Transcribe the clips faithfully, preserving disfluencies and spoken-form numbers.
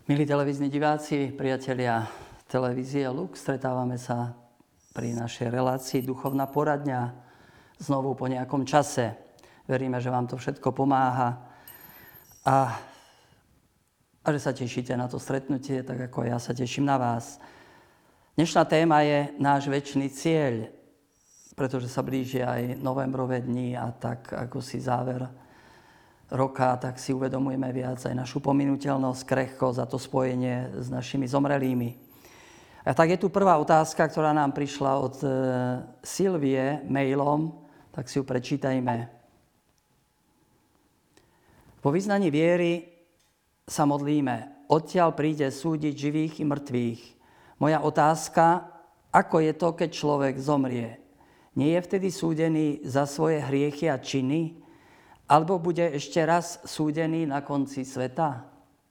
Milí televízni diváci, priatelia televízie Lux, stretávame sa pri našej relácii Duchovná poradňa znovu po nejakom čase. Veríme, že vám to všetko pomáha a, a že sa tešíte na to stretnutie, tak ako ja sa teším na vás. Dnešná téma je náš večný cieľ, pretože sa blíži aj novembrové dni a tak ako si záver roka, tak si uvedomujeme viac aj našu pominuteľnosť, krehkosť a to spojenie s našimi zomrelými. A tak je tu prvá otázka, ktorá nám prišla od e, Silvie mailom, tak si ju prečítajme. Po vyznaní viery sa modlíme. Odtiaľ príde súdiť živých i mŕtvych. Moja otázka, ako je to, keď človek zomrie? Nie je vtedy súdený za svoje hriechy a činy? Alebo bude ešte raz súdený na konci sveta?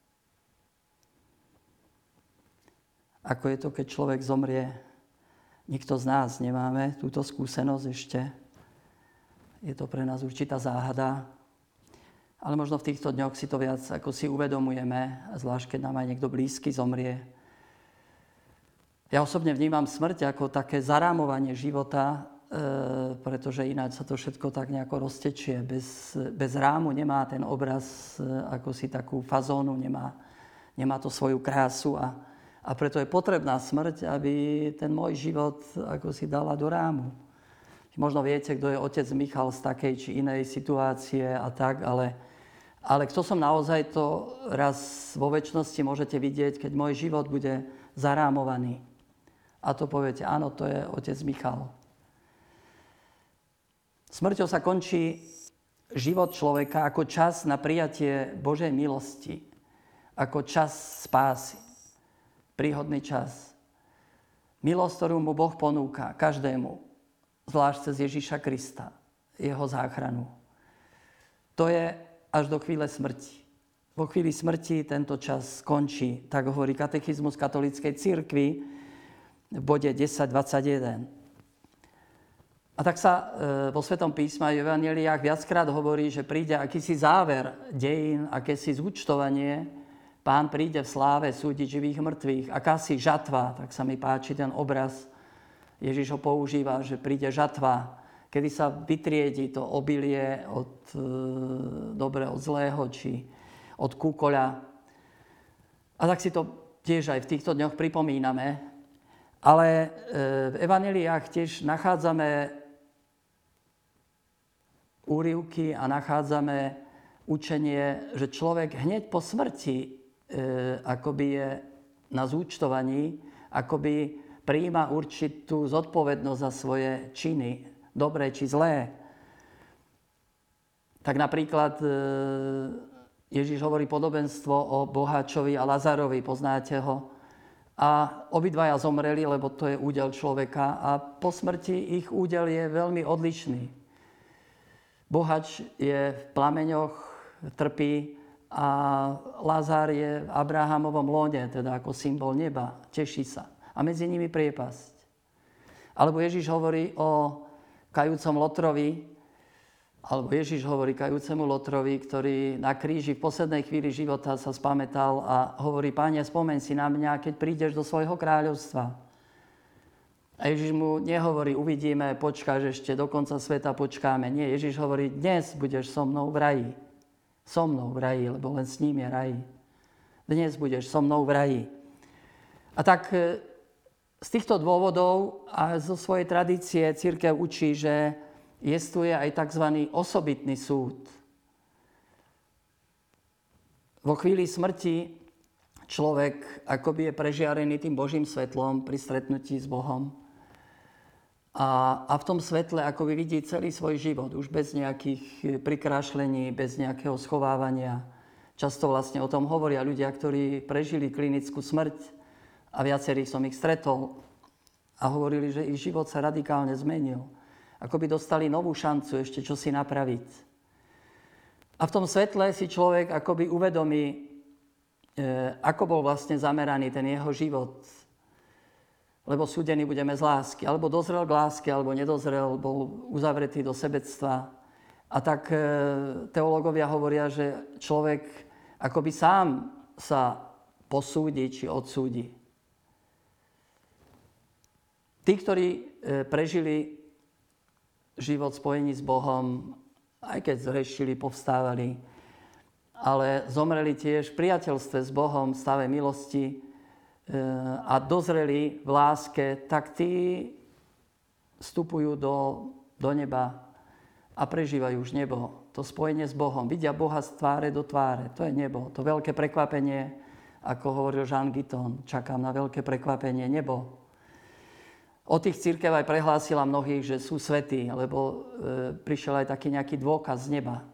Ako je to, keď človek zomrie? Nikto z nás nemáme túto skúsenosť ešte. Je to pre nás určitá záhada. Ale možno v týchto dňoch si to viac ako si uvedomujeme, zvlášť keď nám aj niekto blízky zomrie. Ja osobne vnímam smrť ako také zarámovanie života, E, pretože ináč sa to všetko tak nejako roztečie. Bez, bez rámu nemá ten obraz e, ako si takú fazónu, nemá, nemá to svoju krásu a, a preto je potrebná smrť, aby ten môj život ako si dala do rámu. Možno viete, kto je otec Michal z takej či inej situácie a tak, ale, ale kto som naozaj, to raz vo večnosti môžete vidieť, keď môj život bude zarámovaný. A to poviete, áno, to je otec Michal. Smrťou sa končí život človeka ako čas na prijatie Božej milosti, ako čas spásy, príhodný čas. Milosť, ktorú mu Boh ponúka každému, zvlášť cez Ježiša Krista, jeho záchranu. To je až do chvíle smrti. Vo chvíli smrti tento čas skončí, tak hovorí katechizmus katolíckej cirkvi v bode desať dvadsaťjeden. A tak sa e, vo Svetom písme a v evanjeliách viackrát hovorí, že príde akýsi záver dejín, akési zúčtovanie. Pán príde v sláve súdiť živých mŕtvych. Akási žatva, tak sa mi páči ten obraz. Ježiš ho používa, že príde žatva, kedy sa vytriedi to obilie od e, dobre, od zlého, či od kúkoľa. A tak si to tiež aj v týchto dňoch pripomíname. Ale e, v evanjeliách tiež nachádzame úryvky a nachádzame učenie, že človek hneď po smrti e, akoby je na zúčtovaní, akoby prijíma určitú zodpovednosť za svoje činy, dobré či zlé. Tak napríklad e, Ježiš hovorí podobenstvo o boháčovi a Lazarovi, poznáte ho? A obidvaja zomreli, lebo to je údel človeka a po smrti ich údel je veľmi odlišný. Bohač je v plameňoch, trpí a Lazár je v Abrahamovom lone, teda ako symbol neba, teší sa. A medzi nimi priepasť. Alebo Ježiš hovorí o kajúcom Lotrovi, alebo Ježiš hovorí kajúcemu Lotrovi, ktorý na kríži v poslednej chvíli života sa spamätal a hovorí, Páne, spomeň si na mňa, keď prídeš do svojho kráľovstva. A Ježiš mu nehovorí, uvidíme, počkáš ešte, do konca sveta počkáme. Nie, Ježiš hovorí, dnes budeš so mnou v raji. So mnou v raji, lebo len s ním je raj. Dnes budeš so mnou v raji. A tak z týchto dôvodov a zo svojej tradície cirkev učí, že jestvuje aj tzv. Osobitný súd. Vo chvíli smrti človek akoby je prežiarený tým Božím svetlom pri stretnutí s Bohom. A, a v tom svetle akoby vidí celý svoj život, už bez nejakých prikrášlení, bez nejakého schovávania. Často vlastne o tom hovoria ľudia, ktorí prežili klinickú smrť a viacerých som ich stretol a hovorili, že ich život sa radikálne zmenil. Akoby dostali novú šancu ešte čosi napraviť. A v tom svetle si človek akoby uvedomí, e, ako bol vlastne zameraný ten jeho život. Lebo súdený budeme z lásky. Alebo dozrel k láske, alebo nedozrel, bol uzavretý do sebectva. A tak teológovia hovoria, že človek akoby sám sa posúdi či odsúdi. Tí, ktorí prežili život spojení s Bohom, aj keď zhrešili, povstávali, ale zomreli tiež v priateľstve s Bohom, v stave milosti a dozreli v láske, tak tí vstupujú do, do neba a prežívajú už nebo. To spojenie s Bohom. Vidia Boha z tváre do tváre. To je nebo. To veľké prekvapenie, ako hovoril Jean Guiton. Čakám na veľké prekvapenie, nebo. O tých cirkev aj prehlásila mnohých, že sú svätí, lebo e, prišiel aj taký nejaký dôkaz z neba.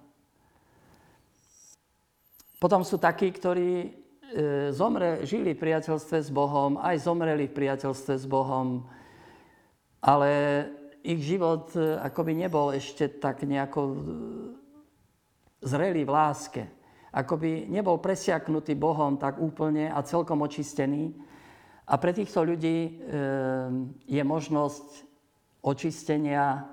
Potom sú takí, ktorí e, zomre, žili v priateľstve s Bohom, aj zomreli v priateľstve s Bohom, ale ich život e, akoby nebol ešte tak nejako e, zrelý v láske. Akoby nebol presiaknutý Bohom tak úplne a celkom očistený. A pre týchto ľudí e, je možnosť očistenia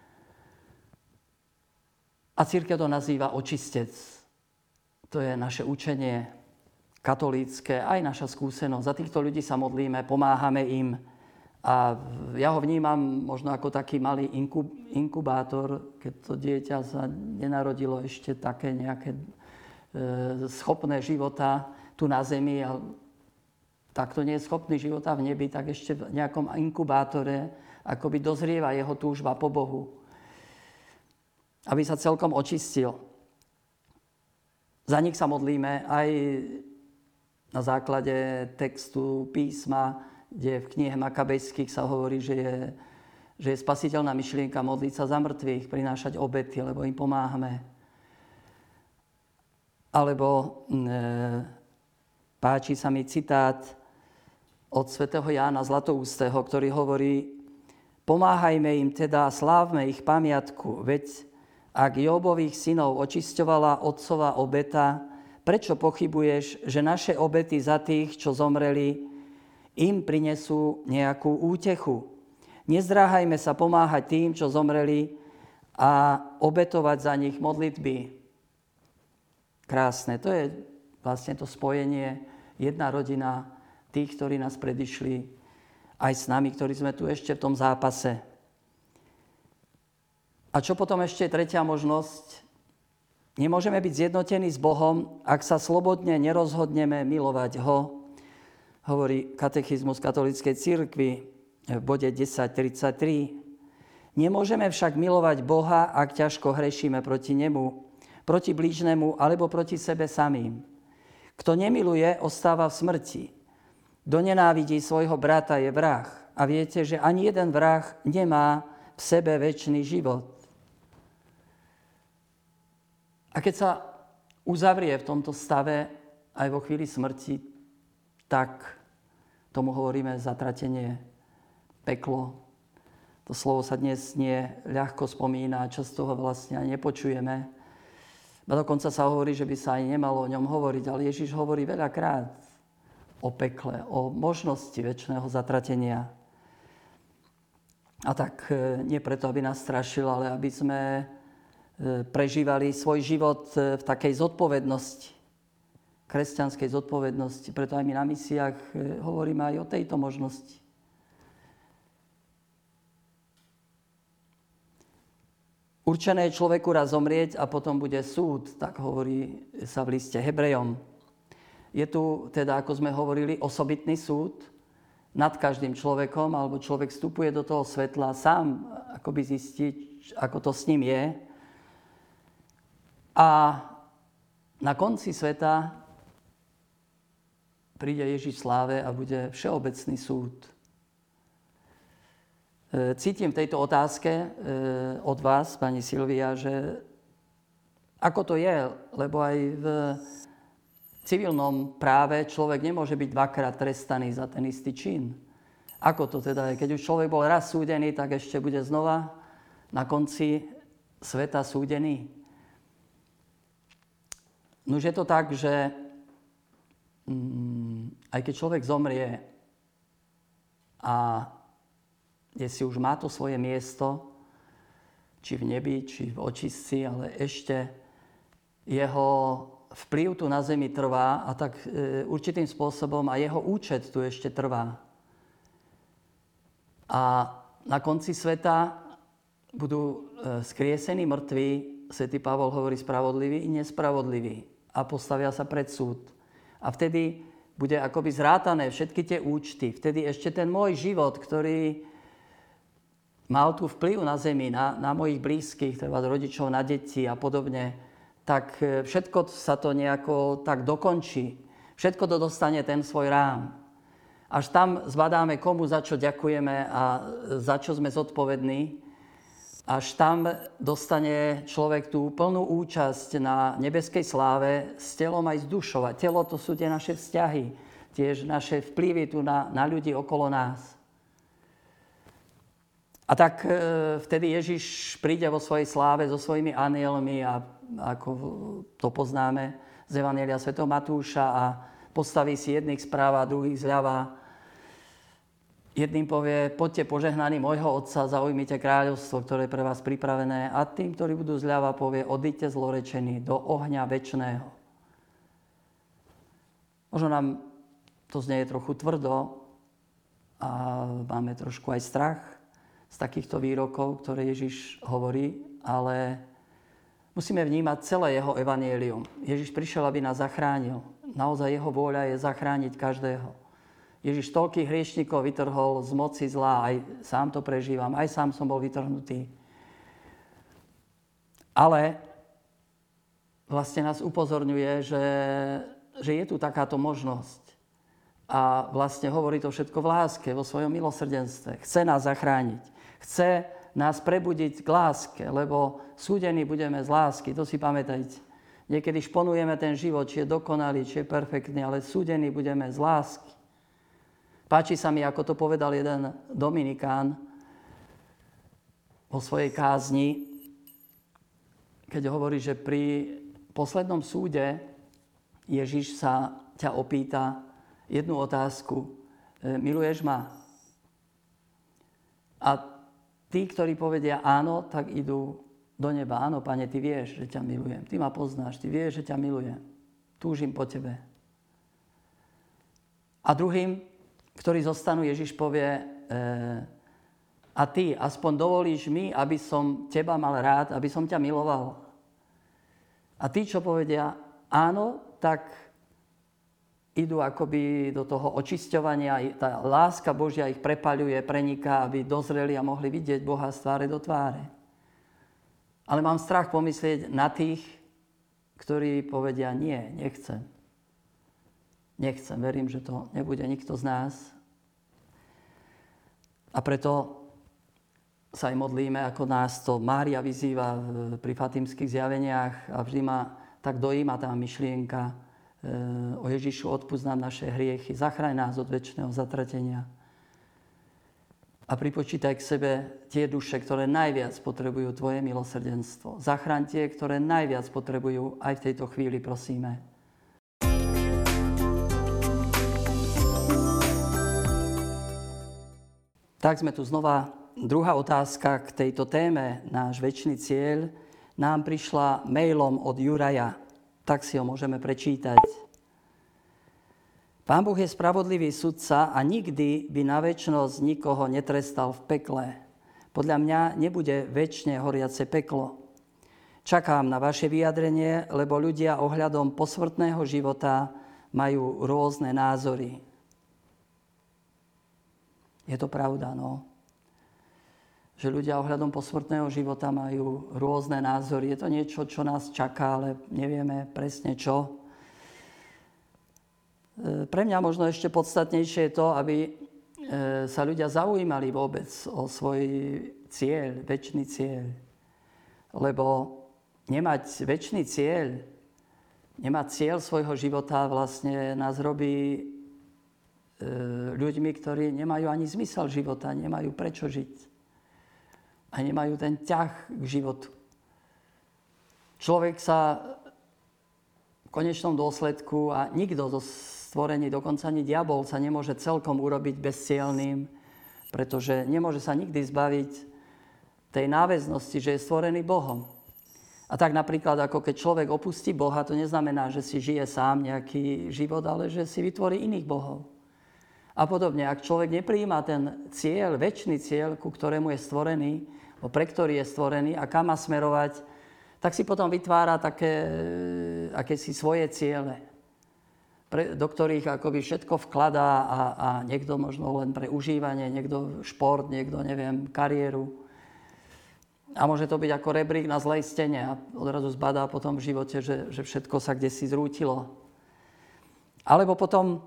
a cirkev to nazýva očistec. To je naše učenie katolícke, aj naša skúsenosť. Za týchto ľudí sa modlíme, pomáhame im. A ja ho vnímam možno ako taký malý inkub, inkubátor, keď to dieťa sa nenarodilo ešte také nejaké e, schopné života tu na zemi, a tak to nie je schopný života v nebi, tak ešte v nejakom inkubátore akoby dozrieva jeho túžba po Bohu, aby sa celkom očistil. Za nich sa modlíme aj na základe textu písma, kde v knihe Makabejských sa hovorí, že je, že je spasiteľná myšlienka modliť sa za mŕtvych, prinášať obety, lebo im pomáhame. Alebo e, páči sa mi citát od svätého Jána Zlatoústeho, ktorý hovorí: pomáhajme im teda, slávme ich pamiatku, veď ak Jobových synov očisťovala otcova obeta, prečo pochybuješ, že naše obety za tých, čo zomreli, im prinesú nejakú útechu? Nezdráhajme sa pomáhať tým, čo zomreli, a obetovať za nich modlitby. Krásne, to je vlastne to spojenie, jedna rodina tých, ktorí nás predišli, aj s nami, ktorí sme tu ešte v tom zápase. A čo potom ešte je tretia možnosť? Nemôžeme byť zjednotení s Bohom, ak sa slobodne nerozhodneme milovať ho, hovorí katechizmus katolíckej cirkvi v bode desať tridsaťtri. Nemôžeme však milovať Boha, ak ťažko hrešíme proti nemu, proti blížnemu alebo proti sebe samým. Kto nemiluje, ostáva v smrti. Kto nenávidí svojho brata, je vrah. A viete, že ani jeden vrah nemá v sebe večný život. A keď sa uzavrie v tomto stave aj vo chvíli smrti, tak tomu hovoríme zatratenie, peklo. To slovo sa dnes nie ľahko spomína, často ho vlastne aj nepočujeme. A dokonca sa hovorí, že by sa aj nemalo o ňom hovoriť, ale Ježiš hovorí veľakrát o pekle, o možnosti večného zatratenia. A tak nie preto, aby nás strašil, ale aby sme prežívali svoj život v takej zodpovednosti, kresťanskej zodpovednosti. Preto aj my na misiách hovoríme aj o tejto možnosti. Určené je človeku raz zomrieť a potom bude súd, tak hovorí sa v liste Hebrejom. Je tu teda, ako sme hovorili, osobitný súd nad každým človekom, alebo človek vstupuje do toho svetla sám, akoby zistiť, ako to s ním je. A na konci sveta príde Ježiš v sláve a bude všeobecný súd. Cítim v tejto otázke od vás, pani Silvia, že ako to je, lebo aj v civilnom práve človek nemôže byť dvakrát trestaný za ten istý čin. Ako to teda je? Keď už človek bol raz súdený, tak ešte bude znova na konci sveta súdený. Nuž je to tak, že mm, aj keď človek zomrie a kde si už má to svoje miesto, či v nebi, či v očistci, ale ešte jeho vplyv tu na zemi trvá a tak e, určitým spôsobom a jeho účet tu ešte trvá. A na konci sveta budú e, skriesení mŕtvi, svätý Pavol hovorí spravodliví i nespravodliví a postavia sa pred súd. A vtedy bude akoby zrátané všetky tie účty. Vtedy ešte ten môj život, ktorý mal tu vplyv na zemi, na, na mojich blízkych, teda rodičov, na deti a podobne, tak všetko sa to nejako tak dokončí. Všetko to dostane ten svoj rám. Až tam zbadáme, komu za čo ďakujeme a za čo sme zodpovední. Až tam dostane človek tú plnú účasť na nebeskej sláve s telom aj s dušou. A telo to sú tie naše vzťahy, tiež naše vplyvy tu na, na ľudí okolo nás. A tak e, vtedy Ježiš príde vo svojej sláve so svojimi anielmi a ako to poznáme z Evanjelia svätého Matúša a postaví si jedných správa, druhých zľava. Jedným povie, poďte požehnaní môjho Otca, zaujmite kráľovstvo, ktoré je pre vás pripravené. A tým, ktorí budú zľava, povie, odíďte zlorečení do ohňa večného. Možno nám to znie trochu tvrdo a máme trošku aj strach z takýchto výrokov, ktoré Ježiš hovorí, ale musíme vnímať celé jeho evanjelium. Ježiš prišiel, aby nás zachránil. Naozaj jeho vôľa je zachrániť každého. Ježiš toľkých hriešnikov vytrhol z moci zla, aj sám to prežívam, aj sám som bol vytrhnutý. Ale vlastne nás upozorňuje, že, že je tu takáto možnosť. A vlastne hovorí to všetko v láske, vo svojom milosrdenstve. Chce nás zachrániť. Chce nás prebudiť k láske, lebo súdení budeme z lásky, to si pamätajte. Niekedy šponujeme ten život, či je dokonalý, či je perfektný, ale súdení budeme z lásky. Páči sa mi, ako to povedal jeden Dominikán vo svojej kázni, keď hovorí, že pri poslednom súde Ježiš sa ťa opýta jednu otázku. Miluješ ma? A tí, ktorí povedia áno, tak idú do neba. Áno, Pane, Ty vieš, že ťa milujem. Ty ma poznáš, Ty vieš, že ťa milujem. Túžim po Tebe. A druhým, ktorí zostanú, Ježiš povie, e, a Ty aspoň dovolíš mi, aby som Teba mal rád, aby som ťa miloval. A tí, čo povedia áno, tak idú akoby do toho očisťovania. Tá láska Božia ich prepaľuje, preniká, aby dozreli a mohli vidieť Boha z tváre do tváre. Ale mám strach pomyslieť na tých, ktorí povedia nie, nechcem. Nechcem, verím, že to nebude nikto z nás. A preto sa aj modlíme, ako nás to Mária vyzýva pri fatimských zjaveniach a vždy ma tak dojíma tá myšlienka o Ježišu, odpusť nám naše hriechy, zachraň nás od večného zatratenia. A pripočítaj k sebe tie duše, ktoré najviac potrebujú Tvoje milosrdenstvo. Zachraň tie, ktoré najviac potrebujú aj v tejto chvíli, prosíme. Tak sme tu znova. Druhá otázka k tejto téme, náš večný cieľ, nám prišla mailom od Juraja. Tak si ho môžeme prečítať. Pán Boh je spravodlivý sudca a nikdy by na večnosť nikoho netrestal v pekle. Podľa mňa nebude večne horiace peklo. Čakám na vaše vyjadrenie, lebo ľudia ohľadom posmrtného života majú rôzne názory. Je to pravda, no. Že ľudia ohľadom posmrtného života majú rôzne názory. Je to niečo, čo nás čaká, ale nevieme presne čo. Pre mňa možno ešte podstatnejšie je to, aby sa ľudia zaujímali vôbec o svoj cieľ, večný cieľ. Lebo nemať večný cieľ, nemať cieľ svojho života vlastne nás robí ľuďmi, ktorí nemajú ani zmysel života, nemajú prečo žiť. A nemajú ten ťah k životu. Človek sa v konečnom dôsledku, a nikto zo stvorení, dokonca ani diabol, sa nemôže celkom urobiť bezcielnym, pretože nemôže sa nikdy zbaviť tej náväznosti, že je stvorený Bohom. A tak napríklad, ako keď človek opustí Boha, to neznamená, že si žije sám nejaký život, ale že si vytvorí iných bohov. A podobne, ak človek neprijíma ten cieľ, večný cieľ, ku ktorému je stvorený, pre ktorý je stvorený a kam má smerovať, tak si potom vytvára také, akési svoje ciele, pre, do ktorých akoby všetko vkladá a, a niekto možno len pre užívanie, niekto šport, niekto, neviem, kariéru. A môže to byť ako rebrík na zlej stene a odrazu zbadá potom v živote, že, že všetko sa kdesi zrútilo. Alebo potom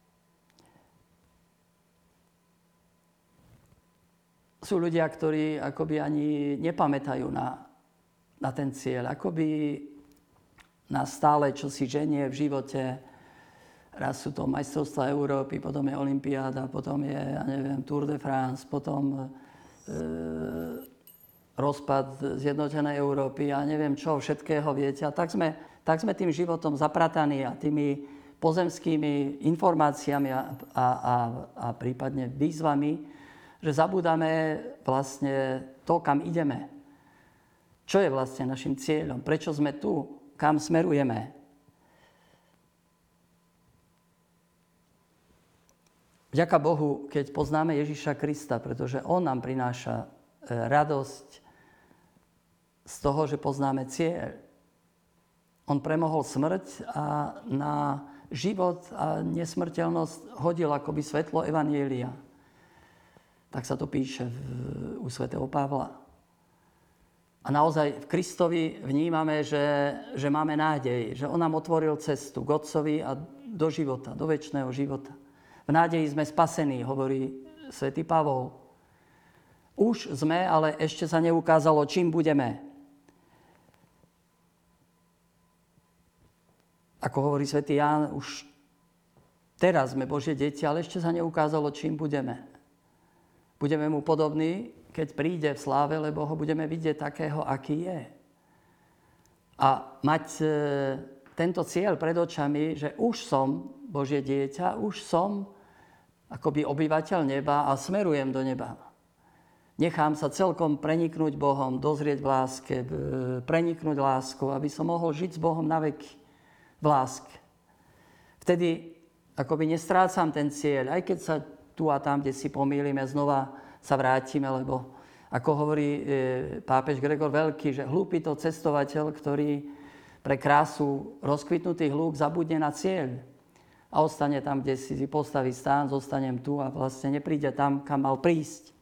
sú ľudia, ktorí akoby ani nepamätajú na, na ten cieľ. Akoby nás stále čo si ženie v živote. Raz sú to majstrovstvá Európy, potom je olympiáda, potom je, ja neviem, Tour de France, potom e, rozpad zjednotenej Európy a neviem čo, všetkého viete. A tak sme, tak sme tým životom zaprataní a tými pozemskými informáciami a, a, a, a prípadne výzvami, že zabúdame vlastne to, kam ideme. Čo je vlastne našim cieľom? Prečo sme tu? Kam smerujeme? Vďaka Bohu, keď poznáme Ježiša Krista, pretože On nám prináša radosť z toho, že poznáme cieľ. On premohol smrť a na život a nesmrteľnosť hodil akoby svetlo evanjelia. Tak sa to píše v, u svätého Pavla. A naozaj v Kristovi vnímame, že, že máme nádej, že On nám otvoril cestu k Otcovi a do života, do večného života. V nádeji sme spasení, hovorí svätý Pavol. Už sme, ale ešte sa neukázalo, čím budeme. Ako hovorí svätý Ján, už teraz sme Božie deti, ale ešte sa neukázalo, čím budeme. Budeme mu podobní, keď príde v sláve, lebo ho budeme vidieť takého, aký je. A mať e, tento cieľ pred očami, že už som Božie dieťa, už som akoby obyvateľ neba a smerujem do neba. Nechám sa celkom preniknúť Bohom, dozrieť v láske, preniknúť láskou, aby som mohol žiť s Bohom na veky v láske. Vtedy akoby nestrácam ten cieľ, aj keď sa tu a tam, kde si pomýlime, znova sa vrátime, lebo ako hovorí e, pápež Gregor Veľký, že hlúpy to cestovateľ, ktorý pre krásu rozkvitnutých lúk zabudne na cieľ a ostane tam, kde si postaví stán, zostanem tu a vlastne nepríde tam, kam mal prísť.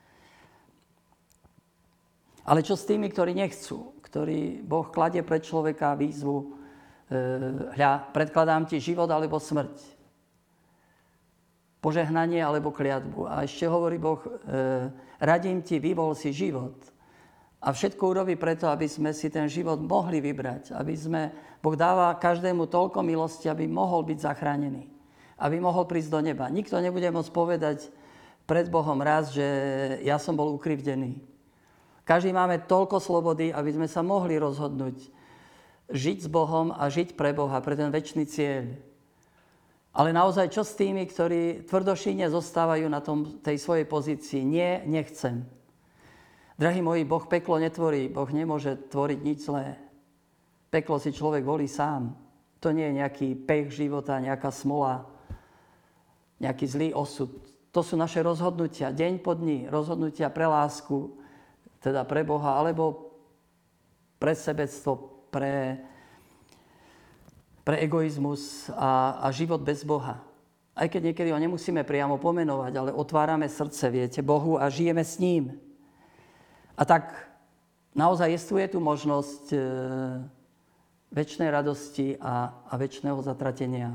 Ale čo s tými, ktorí nechcú, ktorí Boh kladie pred človeka výzvu, hľa, predkladám ti život alebo smrť. Požehnanie alebo kliatbu. A ešte hovorí Boh, e, radím ti, vyvol si život. A všetko urobí preto, aby sme si ten život mohli vybrať. Aby sme, Boh dáva každému toľko milosti, aby mohol byť zachránený. Aby mohol prísť do neba. Nikto nebude môcť povedať pred Bohom raz, že ja som bol ukrivdený. Každý máme toľko slobody, aby sme sa mohli rozhodnúť žiť s Bohom a žiť pre Boha, pre ten večný cieľ. Ale naozaj, čo s tými, ktorí tvrdošíne zostávajú na tom, tej svojej pozícii? Nie, nechcem. Drahí moji, Boh peklo netvorí. Boh nemôže tvoriť nič zlé. Peklo si človek volí sám. To nie je nejaký pech života, nejaká smola, nejaký zlý osud. To sú naše rozhodnutia, deň po dni, rozhodnutia pre lásku, teda pre Boha, alebo pre sebectvo, Pre, pre egoizmus a, a život bez Boha. Aj keď niekedy ho nemusíme priamo pomenovať, ale otvárame srdce, viete, Bohu a žijeme s ním. A tak naozaj je tu možnosť e, večnej radosti a, a večného zatratenia.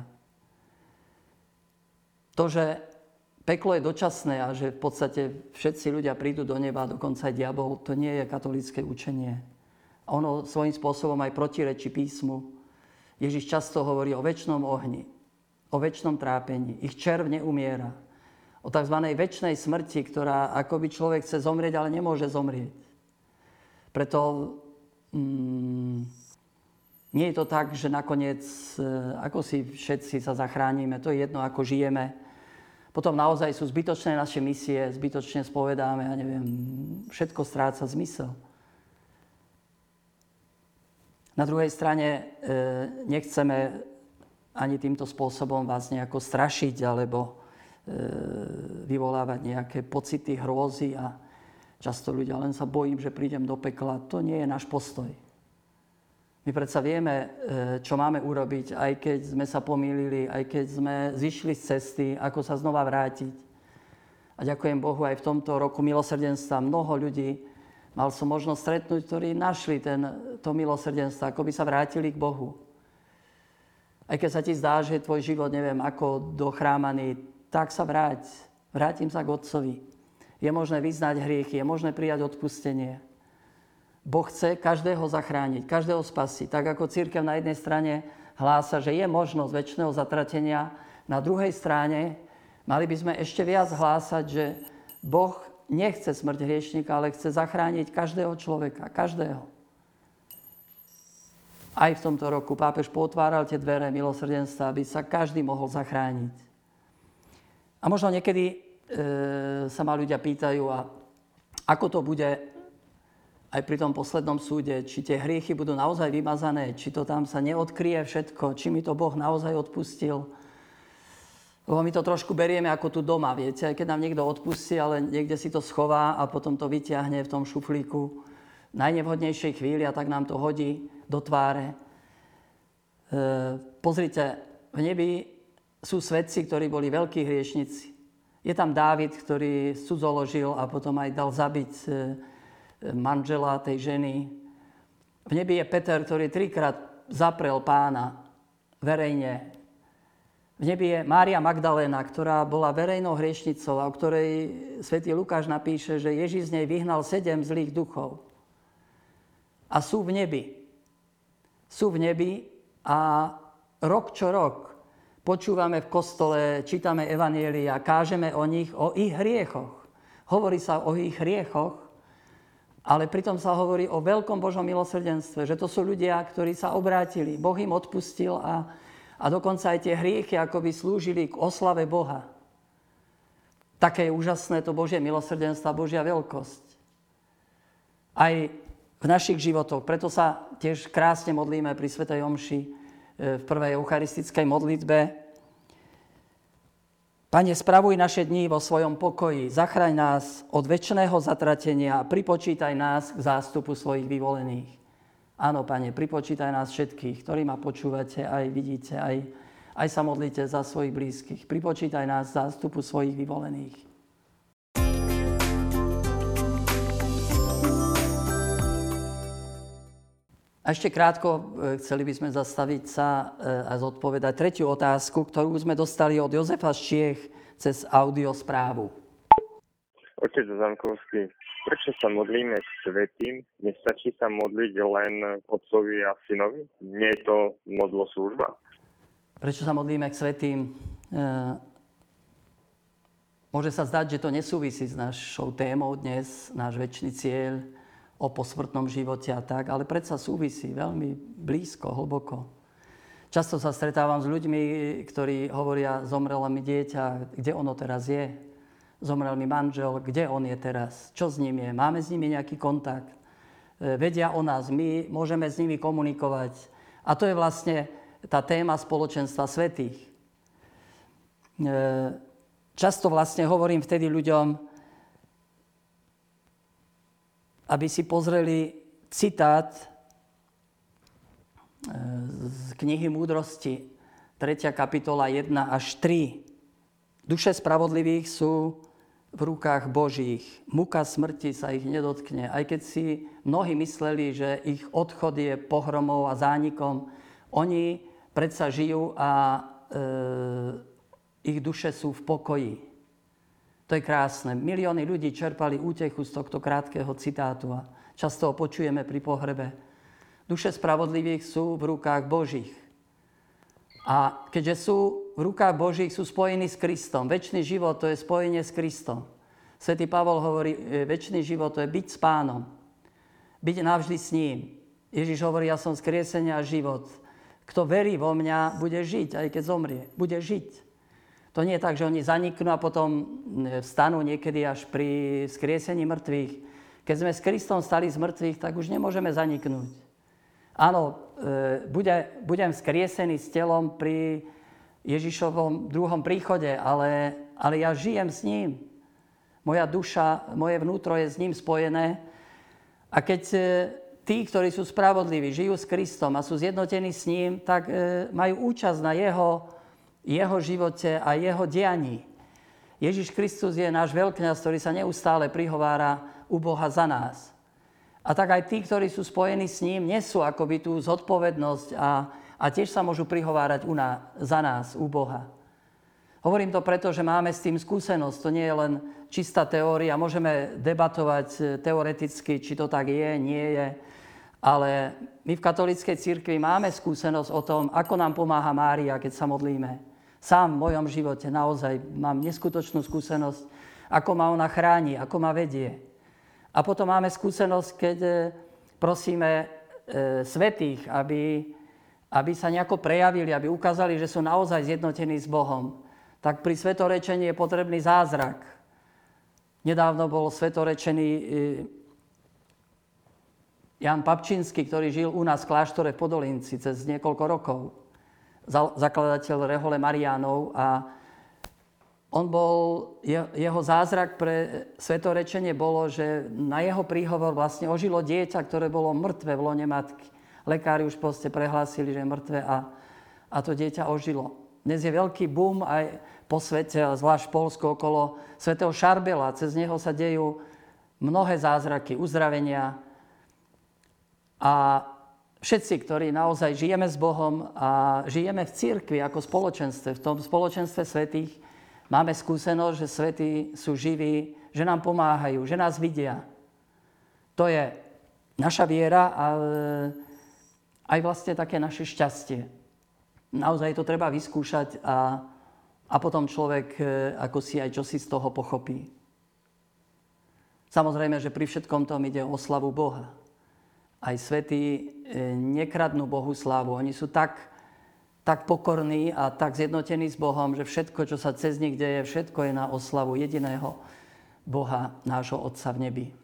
To, že peklo je dočasné a že v podstate všetci ľudia prídu do neba, dokonca aj diabol, to nie je katolícke učenie. Ono svojím spôsobom aj protirečí písmu. Ježiš často hovorí o večnom ohni, o večnom trápení. Ich červ neumiera. O tzv. Večnej smrti, ktorá akoby človek chce zomrieť, ale nemôže zomrieť. Preto mm, nie je to tak, že nakoniec, ako si všetci sa zachránime, to je jedno, ako žijeme. Potom naozaj sú zbytočné naše misie, zbytočne spovedáme, ja neviem, všetko stráca zmysel. Na druhej strane nechceme ani týmto spôsobom vás nejako strašiť alebo vyvolávať nejaké pocity hrôzy a často ľudia len sa bojím, že prídem do pekla. To nie je náš postoj. My predsa vieme, čo máme urobiť, aj keď sme sa pomýlili, aj keď sme zišli z cesty, ako sa znova vrátiť. A ďakujem Bohu aj v tomto roku milosrdenstva mnoho ľudí mal som možnosť stretnúť, ktorí našli ten, to milosrdenstvo, ako by sa vrátili k Bohu. Aj keď sa ti zdá, že tvoj život, neviem, ako dochrámaný, tak sa vráť. Vrátim sa k Otcovi. Je možné vyznať hriechy, je možné prijať odpustenie. Boh chce každého zachrániť, každého spasiť. Tak ako cirkev na jednej strane hlása, že je možnosť večného zatratenia, na druhej strane mali by sme ešte viac hlásať, že Boh nechce smrť hriešnika, ale chce zachrániť každého človeka, každého. Aj v tomto roku pápež potváral tie dvere milosrdenstva, aby sa každý mohol zachrániť. A možno niekedy e, sa ma ľudia pýtajú, a ako to bude aj pri tom poslednom súde, či tie hriechy budú naozaj vymazané, či to tam sa neodkryje všetko, či mi to Boh naozaj odpustil. Lebo my to trošku berieme ako tu doma, viete, aj keď nám niekto odpustí, ale niekde si to schová a potom to vyťahne v tom šuflíku v najnevhodnejšej chvíli a tak nám to hodí do tváre. E, pozrite, v nebi sú svedci, ktorí boli veľkí hriešnici. Je tam Dávid, ktorý cudzoložil a potom aj dal zabiť e, manžela tej ženy. V nebi je Peter, ktorý trikrát zaprel Pána verejne. V nebi je Mária Magdaléna, ktorá bola verejnou hriešnicou a o ktorej svätý Lukáš napíše, že Ježiš z nej vyhnal sedem zlých duchov. A sú v nebi. Sú v nebi a rok čo rok počúvame v kostole, čítame evanjelia, kážeme o nich, o ich hriechoch. Hovorí sa o ich hriechoch, ale pritom sa hovorí o veľkom Božom milosrdenstve, že to sú ľudia, ktorí sa obrátili. Boh im odpustil a A dokonca aj tie hriechy akoby slúžili k oslave Boha. Také je úžasné to Božie milosrdenstvo, Božia veľkosť. Aj v našich životoch. Preto sa tiež krásne modlíme pri svätej omši v prvej eucharistickej modlitbe. Pane, spravuj naše dni vo svojom pokoji. Zachraň nás od večného zatratenia a pripočítaj nás k zástupu svojich vyvolených. Áno, Pane, pripočítaj nás všetkých, ktorí ma počúvate, aj vidíte, aj, aj sa modlíte za svojich blízkych. Pripočítaj nás zástupu svojich vyvolených. A ešte krátko chceli by sme zastaviť sa a zodpovedať tretiu otázku, ktorú sme dostali od Jozefa z Čiech cez audiosprávu. Otec Zankovský, prečo sa modlíme k svätým? Nestačí sa modliť len otcovi a synovi? Nie je to modloslužba? Prečo sa modlíme k svätým? E, môže sa zdať, že to nesúvisí s našou témou dnes, náš večný cieľ o posmrtnom živote a tak, ale predsa súvisí veľmi blízko, hlboko. Často sa stretávam s ľuďmi, ktorí hovoria, zomrelo mi dieťa, kde ono teraz je? Zomrel mi manžel, kde on je teraz, čo s ním je, máme s nimi nejaký kontakt, vedia o nás, my môžeme s nimi komunikovať. A to je vlastne tá téma spoločenstva svätých. Často vlastne hovorím vtedy ľuďom, aby si pozreli citát z knihy Múdrosti, tretia kapitola jedna až tri. Duše spravodlivých sú v rukách Božích. Muka smrti sa ich nedotkne. Aj keď si mnohí mysleli, že ich odchod je pohromou a zánikom, oni predsa žijú a e, ich duše sú v pokoji. To je krásne. Milióny ľudí čerpali útechu z tohto krátkeho citátu a často ho počujeme pri pohrebe. Duše spravodlivých sú v rukách Božích. A keďže sú v rukách Božích, sú spojení s Kristom. Večný život to je spojenie s Kristom. Svätý Pavol hovorí, večný život to je byť s Pánom. Byť navždy s ním. Ježiš hovorí, ja som skriesenie a život. Kto verí vo mňa, bude žiť, aj keď zomrie. Bude žiť. To nie je tak, že oni zaniknú a potom vstanú niekedy až pri skriesení mŕtvych. Keď sme s Kristom stali z mŕtvych, tak už nemôžeme zaniknúť. Áno, bude, budem vzkriesený s telom pri Ježišovom druhom príchode, ale, ale ja žijem s ním. Moja duša, moje vnútro je s ním spojené. A keď tí, ktorí sú spravodliví, žijú s Kristom a sú zjednotení s ním, tak majú účasť na jeho, jeho živote a jeho dianí. Ježiš Kristus je náš veľkňaz, ktorý sa neustále prihovára u Boha za nás. A tak aj tí, ktorí sú spojení s ním, nesú akoby tú zodpovednosť a, a tiež sa môžu prihovárať u nás, za nás, u Boha. Hovorím to preto, že máme s tým skúsenosť. To nie je len čistá teória. Môžeme debatovať teoreticky, či to tak je, nie je. Ale my v katolíckej cirkvi máme skúsenosť o tom, ako nám pomáha Mária, keď sa modlíme. Sám v mojom živote naozaj mám neskutočnú skúsenosť, ako ma ona chráni, ako ma vedie. A potom máme skúsenosť, keď prosíme e, svätých, aby, aby sa nejako prejavili, aby ukázali, že sú naozaj zjednotení s Bohom. Tak pri svetorečení je potrebný zázrak. Nedávno bol svetorečený e, Jan Papčínsky, ktorý žil u nás v kláštore v Podolinci cez niekoľko rokov. Zakladateľ Rehole Mariánov a on bol, jeho zázrak pre svetorečenie bolo, že na jeho príhovor vlastne ožilo dieťa, ktoré bolo mŕtve v lone matky. Lekári už proste prehlásili, že je mŕtve a, a to dieťa ožilo. Dnes je veľký boom aj po svete, zvlášť v Poľsku okolo svätého Šarbela. Cez neho sa dejú mnohé zázraky, uzdravenia. A všetci, ktorí naozaj žijeme s Bohom a žijeme v cirkvi ako spoločenstve, v tom spoločenstve svätých, máme skúsenosť, že svätí sú živí, že nám pomáhajú, že nás vidia. To je naša viera a aj vlastne také naše šťastie. Naozaj to treba vyskúšať a, a potom človek ako si aj čosi z toho pochopí. Samozrejme, že pri všetkom tom ide o oslavu Boha. Aj svätí nekradnú Bohu slávu. Oni sú tak, tak pokorní a tak zjednotení s Bohom, že všetko, čo sa cez nich deje, všetko je na oslavu jediného Boha, nášho Otca v nebi.